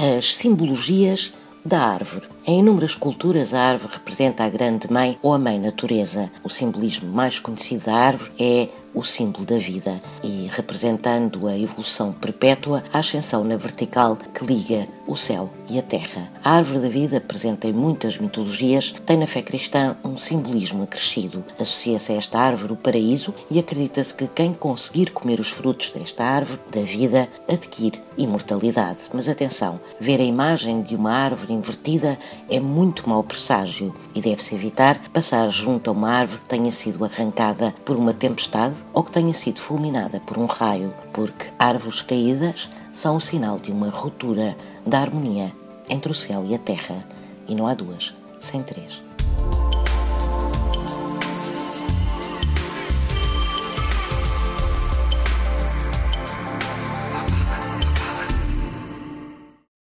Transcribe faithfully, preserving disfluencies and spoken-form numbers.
as simbologias da árvore. Em inúmeras culturas, a árvore representa a grande mãe ou a mãe natureza. O simbolismo mais conhecido da árvore é o símbolo da vida e, representando a evolução perpétua, a ascensão na vertical que liga o céu e a terra. A árvore da vida, presente em muitas mitologias, tem na fé cristã um simbolismo acrescido. Associa-se a esta árvore o paraíso e acredita-se que quem conseguir comer os frutos desta árvore da vida adquire imortalidade. Mas atenção, ver a imagem de uma árvore invertida é muito mau presságio e deve-se evitar passar junto a uma árvore que tenha sido arrancada por uma tempestade ou que tenha sido fulminada por um raio, porque árvores caídas são o sinal de uma ruptura da harmonia entre o céu e a terra, e não há duas sem três.